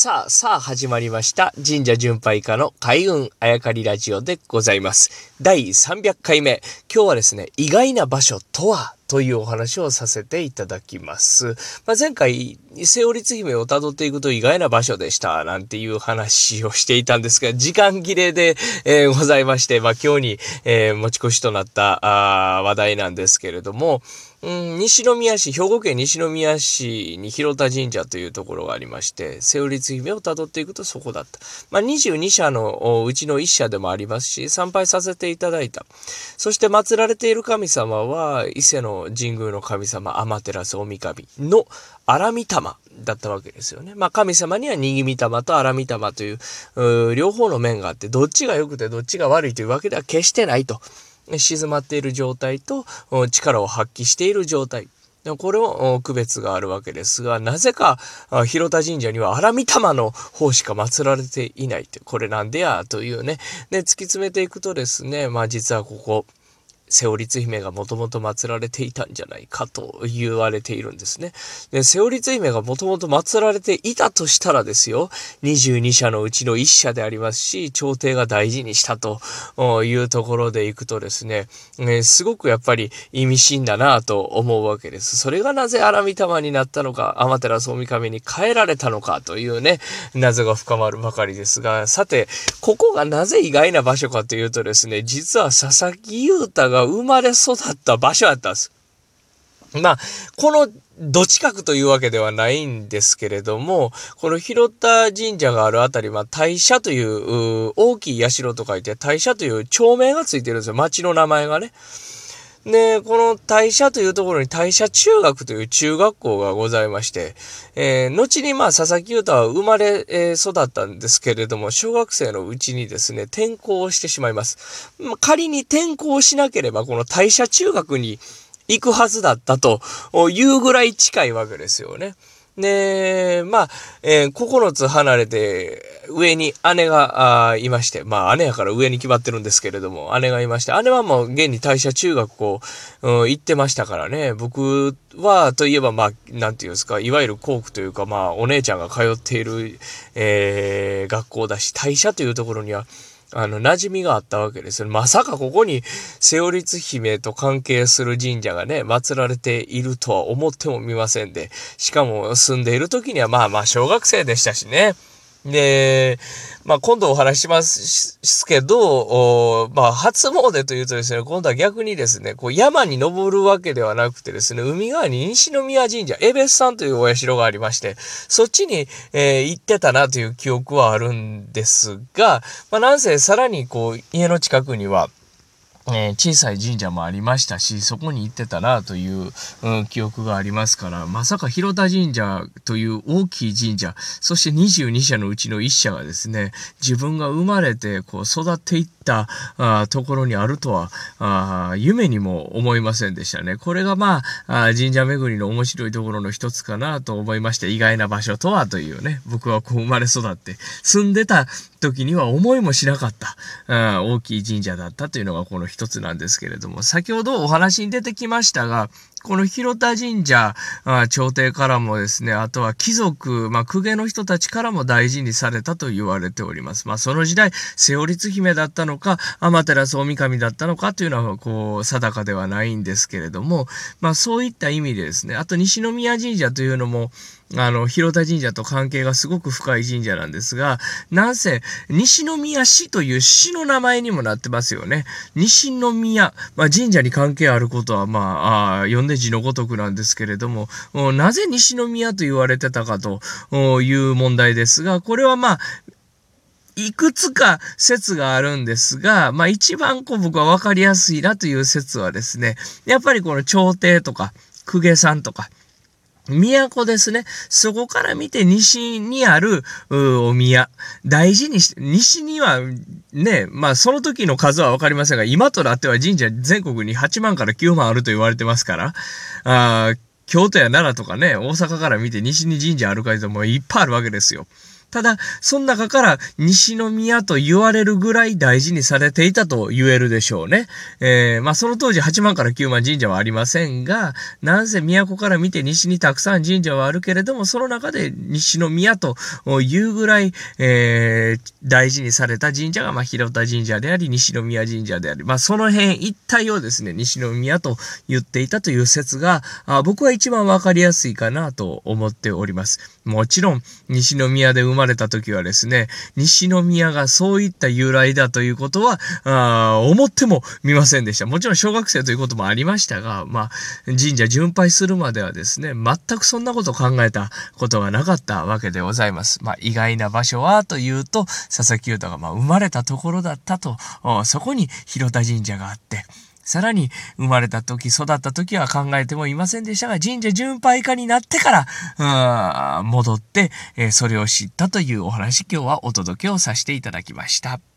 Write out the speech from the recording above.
さあ始まりました神社巡拝家の開運あやかりラジオでございます。第300回目。今日はですね、意外な場所とはというお話をさせていただきます。前回、セオリツ姫をたどっていくと意外な場所でしたなんていう話をしていたんですが、時間切れで、ございまして、今日に、持ち越しとなった話題なんですけれども、西宮市、兵庫県西宮市に広田神社というところがありまして、セオリツ姫をたどっていくとそこだった。22社のうちの1社でもありますし、参拝させていただいた。そして祀られている神様は、伊勢の神宮の神様、天照大神の荒御霊だったわけですよね。神様には握御霊と荒御霊という、両方の面があって、どっちが良くてどっちが悪いというわけでは決してないと。静まっている状態と力を発揮している状態。これを区別があるわけですが、なぜか広田神社には荒御霊の方しか祀られていないって、これなんでやというね。で、突き詰めていくとですね、実はここ、セオリツ姫がもともと祀られていたんじゃないかと言われているんですね。で、セオリツ姫がもともと祀られていたとしたらですよ、22社のうちの1社でありますし、朝廷が大事にしたというところでいくとですね、すごくやっぱり意味深だなと思うわけです。それがなぜ荒御霊になったのか、天照大神に変えられたのかというね、謎が深まるばかりですが、さて、ここがなぜ意外な場所かというとですね、実は佐々木優太が生まれ育った場所だったんです。このど近くというわけではないんですけれども、この広田神社があるあたり、大社という大きい社と書いて、大社という町名がついてるんですよ。町の名前がね。で、この大社というところに大社中学という中学校がございまして、後に佐々木優太は生まれ、育ったんですけれども、小学生のうちにですね、転校をしてしまいます。仮に転校しなければ、この大社中学に行くはずだったというぐらい近いわけですよね。で、9つ離れて、上に姉がいまして、姉やから上に決まってるんですけれども、姉がいまして、姉はもう現に大社中学校、行ってましたからね、僕は、といえば、なんていうんですか、いわゆる校区というか、お姉ちゃんが通っている、学校だし、大社というところには、馴染みがあったわけですよ。まさかここに、セオリツ姫と関係する神社がね、祀られているとは思ってもみませんで、しかも住んでいる時には小学生でしたしね。で、今度お話しますけど、初詣というとですね、今度は逆にですね、山に登るわけではなくてですね、海側に西宮神社、江別さんというお社がありまして、そっちに、行ってたなという記憶はあるんですが、なんせさらに家の近くには、小さい神社もありましたし、そこに行ってたなという、記憶がありますから、まさか広田神社という大きい神社、そして22社のうちの1社がですね、自分が生まれて育っていったところにあるとは、夢にも思いませんでしたね。これが神社巡りの面白いところの一つかなと思いまして、意外な場所とはというね、僕は生まれ育って住んでた時には思いもしなかった、大きい神社だったというのがこの一つなんですけれども、先ほどお話に出てきましたが、この広田神社、朝廷からもですね、あとは貴族、公家の人たちからも大事にされたと言われております。その時代、セオリツ姫だったのか、天照大神だったのかというのは、定かではないんですけれども、そういった意味でですね、あと西宮神社というのも、広田神社と関係がすごく深い神社なんですが、なんせ、西宮市という市の名前にもなってますよね。西宮、神社に関係あることは、読んで字のごとくなんですけれども、なぜ西宮と言われてたかという問題ですが、これはいくつか説があるんですが、一番僕はわかりやすいなという説はですね、やっぱりこの朝廷とか、公家さんとか、都ですね。そこから見て西にあるお宮。大事にして、西にはね、その時の数はわかりませんが、今となっては神社全国に8万から9万あると言われてますから、京都や奈良とかね、大阪から見て西に神社あるかともいっぱいあるわけですよ。 ただ、その中から西宮と言われるぐらい大事にされていたと言えるでしょうね。その当時8万から9万神社はありませんが、なんせ都から見て西にたくさん神社はあるけれども、その中で西宮というぐらい、大事にされた神社が、広田神社であり、西宮神社であり、その辺一帯をですね、西宮と言っていたという説が、僕は一番わかりやすいかなと思っております。もちろん、西宮で生まれた時はですね、西宮がそういった由来だということは、思ってもみませんでした。もちろん小学生ということもありましたが、神社巡拝するまではですね、全くそんなことを考えたことがなかったわけでございます。意外な場所はというと、佐々木優太が生まれたところだったと、そこに広田神社があって、さらに生まれた時、育った時は考えてもいませんでしたが、神社巡拝家になってから、戻って、それを知ったというお話、今日はお届けをさせていただきました。